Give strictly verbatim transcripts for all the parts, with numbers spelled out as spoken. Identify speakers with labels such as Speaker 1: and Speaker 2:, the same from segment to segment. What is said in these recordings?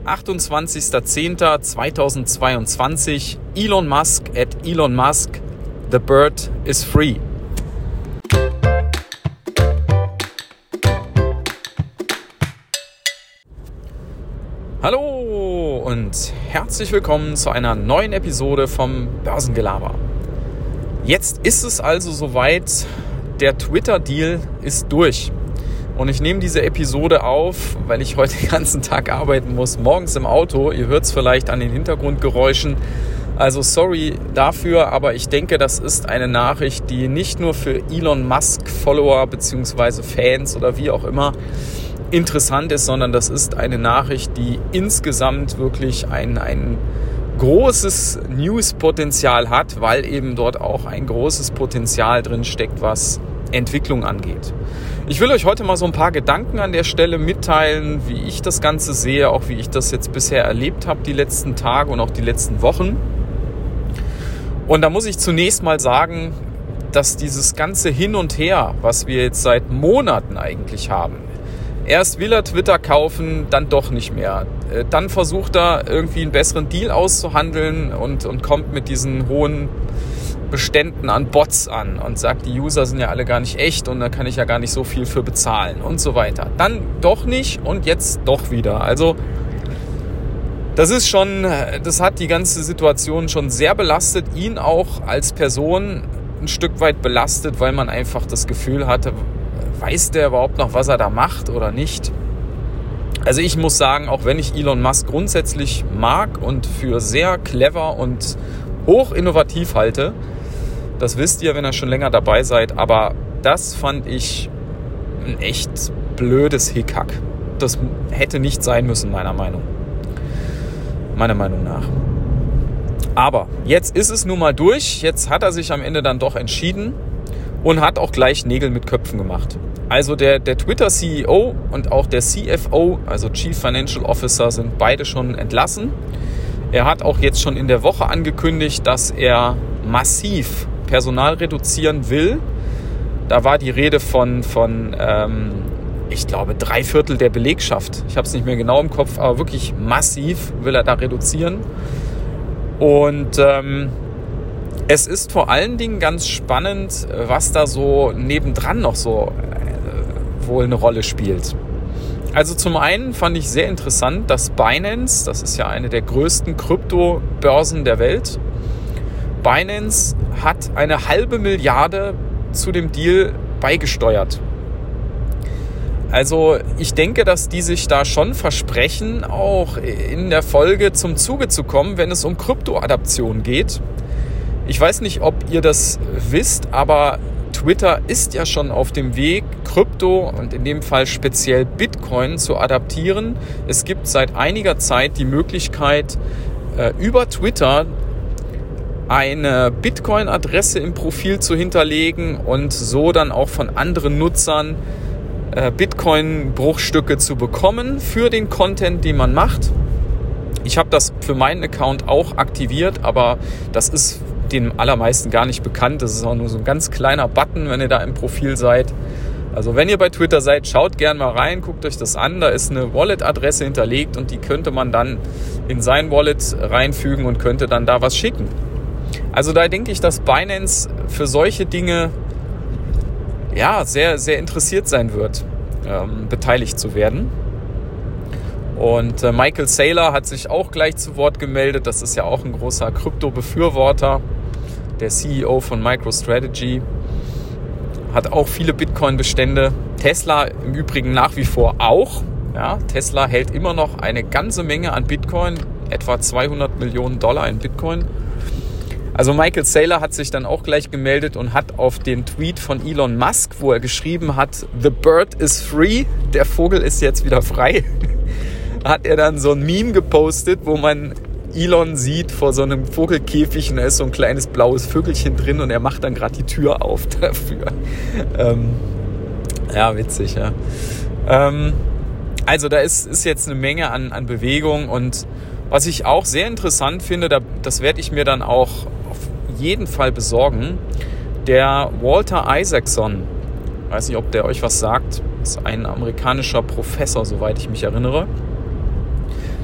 Speaker 1: achtundzwanzigster zehnter zweitausendzweiundzwanzig. Elon Musk at Elon Musk. The bird is free. Hallo und herzlich willkommen zu einer neuen Episode vom Börsengelaber. Jetzt ist es also soweit, der Twitter-Deal ist durch. Und ich nehme diese Episode auf, weil ich heute den ganzen Tag arbeiten muss, morgens im Auto. Ihr hört es vielleicht an den Hintergrundgeräuschen. Also sorry dafür, aber ich denke, das ist eine Nachricht, die nicht nur für Elon Musk-Follower bzw. Fans oder wie auch immer interessant ist, sondern das ist eine Nachricht, die insgesamt wirklich ein, ein großes News-Potenzial hat, weil eben dort auch ein großes Potenzial drin steckt, was Entwicklung angeht. Ich will euch heute mal so ein paar Gedanken an der Stelle mitteilen, wie ich das Ganze sehe, auch wie ich das jetzt bisher erlebt habe, die letzten Tage und auch die letzten Wochen. Und da muss ich zunächst mal sagen, dass dieses ganze Hin und Her, was wir jetzt seit Monaten eigentlich haben, erst will er Twitter kaufen, dann doch nicht mehr. Dann versucht er irgendwie einen besseren Deal auszuhandeln und, und kommt mit diesen hohen Beständen an Bots an und sagt, die User sind ja alle gar nicht echt und da kann ich ja gar nicht so viel für bezahlen und so weiter. Dann doch nicht und jetzt doch wieder. Also das ist schon, das hat die ganze Situation schon sehr belastet, ihn auch als Person ein Stück weit belastet, weil man einfach das Gefühl hatte, weiß der überhaupt noch, was er da macht oder nicht? Also ich muss sagen, auch wenn ich Elon Musk grundsätzlich mag und für sehr clever und hoch innovativ halte, das wisst ihr, wenn ihr schon länger dabei seid, aber das fand ich ein echt blödes Hickhack. Das hätte nicht sein müssen, meiner Meinung. Meiner Meinung nach. Aber jetzt ist es nun mal durch, jetzt hat er sich am Ende dann doch entschieden und hat auch gleich Nägel mit Köpfen gemacht. Also der, der Twitter-C E O und auch der C F O, also Chief Financial Officer, sind beide schon entlassen. Er hat auch jetzt schon in der Woche angekündigt, dass er massiv Personal reduzieren will. Da war die Rede von, von ähm, ich glaube, drei Viertel der Belegschaft. Ich habe es nicht mehr genau im Kopf, aber wirklich massiv will er da reduzieren. Und ähm, es ist vor allen Dingen ganz spannend, was da so nebendran noch so äh, wohl eine Rolle spielt. Also zum einen fand ich sehr interessant, dass Binance, das ist ja eine der größten Kryptobörsen der Welt, Binance hat eine halbe Milliarde zu dem Deal beigesteuert. Also ich denke, dass die sich da schon versprechen, auch in der Folge zum Zuge zu kommen, wenn es um Kryptoadaption geht. Ich weiß nicht, ob ihr das wisst, aber Twitter ist ja schon auf dem Weg, Krypto und in dem Fall speziell Bitcoin zu adaptieren. Es gibt seit einiger Zeit die Möglichkeit, über Twitter eine Bitcoin-Adresse im Profil zu hinterlegen und so dann auch von anderen Nutzern Bitcoin-Bruchstücke zu bekommen für den Content, den man macht. Ich habe das für meinen Account auch aktiviert, aber das ist den allermeisten gar nicht bekannt. Das ist auch nur so ein ganz kleiner Button, wenn ihr da im Profil seid. Also wenn ihr bei Twitter seid, schaut gerne mal rein, guckt euch das an. Da ist eine Wallet-Adresse hinterlegt und die könnte man dann in sein Wallet reinfügen und könnte dann da was schicken. Also da denke ich, dass Binance für solche Dinge ja sehr, sehr interessiert sein wird, ähm, beteiligt zu werden. Und äh, Michael Saylor hat sich auch gleich zu Wort gemeldet. Das ist ja auch ein großer Krypto-Befürworter, der C E O von MicroStrategy. Hat auch viele Bitcoin-Bestände. Tesla im Übrigen nach wie vor auch. Ja, Tesla hält immer noch eine ganze Menge an Bitcoin, etwa zweihundert Millionen Dollar in Bitcoin. Also Michael Saylor hat sich dann auch gleich gemeldet und hat auf den Tweet von Elon Musk, wo er geschrieben hat, "The bird is free", der Vogel ist jetzt wieder frei, hat er dann so ein Meme gepostet, wo man Elon sieht vor so einem Vogelkäfig und da ist so ein kleines blaues Vögelchen drin und er macht dann gerade die Tür auf dafür. Ähm, ja, witzig, ja. Ähm, also da ist, ist jetzt eine Menge an, an Bewegung und was ich auch sehr interessant finde, da, das werde ich mir dann auch auf jeden Fall besorgen, der Walter Isaacson, weiß nicht, ob der euch was sagt, ist ein amerikanischer Professor, soweit ich mich erinnere.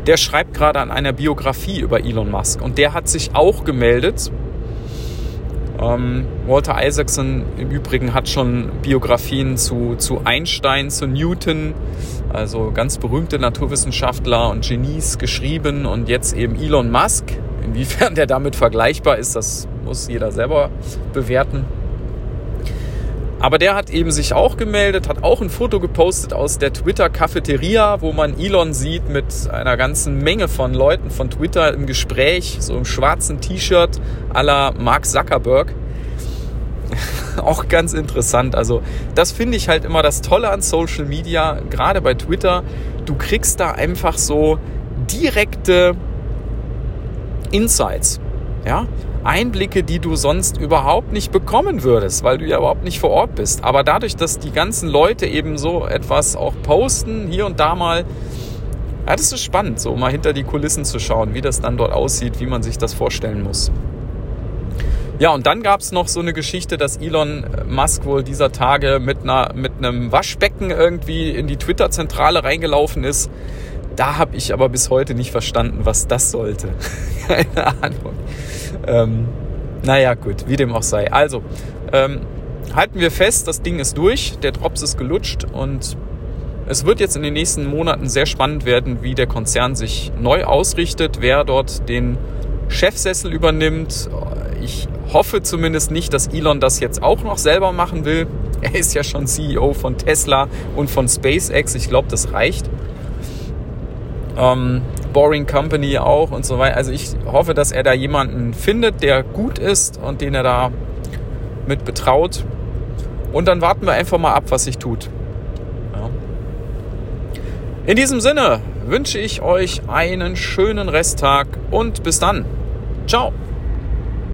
Speaker 1: der schreibt gerade an einer Biografie über Elon Musk und der hat sich auch gemeldet. Ähm, Walter Isaacson im Übrigen hat schon Biografien zu, zu Einstein, zu Newton, also ganz berühmte Naturwissenschaftler und Genies geschrieben und jetzt eben Elon Musk. Inwiefern der damit vergleichbar ist, das muss jeder selber bewerten. Aber der hat eben sich auch gemeldet, hat auch ein Foto gepostet aus der Twitter-Cafeteria, wo man Elon sieht mit einer ganzen Menge von Leuten von Twitter im Gespräch, so im schwarzen T-Shirt à la Mark Zuckerberg. Auch ganz interessant. Also das finde ich halt immer das Tolle an Social Media, gerade bei Twitter. Du kriegst da einfach so direkte Insights, ja, Einblicke, die du sonst überhaupt nicht bekommen würdest, weil du ja überhaupt nicht vor Ort bist. Aber dadurch, dass die ganzen Leute eben so etwas auch posten, hier und da mal, ja, das ist spannend, so mal hinter die Kulissen zu schauen, wie das dann dort aussieht, wie man sich das vorstellen muss. Ja, und dann gab es noch so eine Geschichte, dass Elon Musk wohl dieser Tage mit, einer, mit einem Waschbecken irgendwie in die Twitter-Zentrale reingelaufen ist. Da habe ich aber bis heute nicht verstanden, was das sollte. Keine Ahnung. Ähm, naja, gut, wie dem auch sei. Also, ähm, halten wir fest, das Ding ist durch, der Drops ist gelutscht und es wird jetzt in den nächsten Monaten sehr spannend werden, wie der Konzern sich neu ausrichtet, wer dort den Chefsessel übernimmt. Ich hoffe zumindest nicht, dass Elon das jetzt auch noch selber machen will. Er ist ja schon C E O von Tesla und von SpaceX. Ich glaube, das reicht. Ähm, Boring Company auch und so weiter. Also ich hoffe, dass er da jemanden findet, der gut ist und den er da mit betraut. Und dann warten wir einfach mal ab, was sich tut. Ja. In diesem Sinne wünsche ich euch einen schönen Resttag und bis dann. Ciao.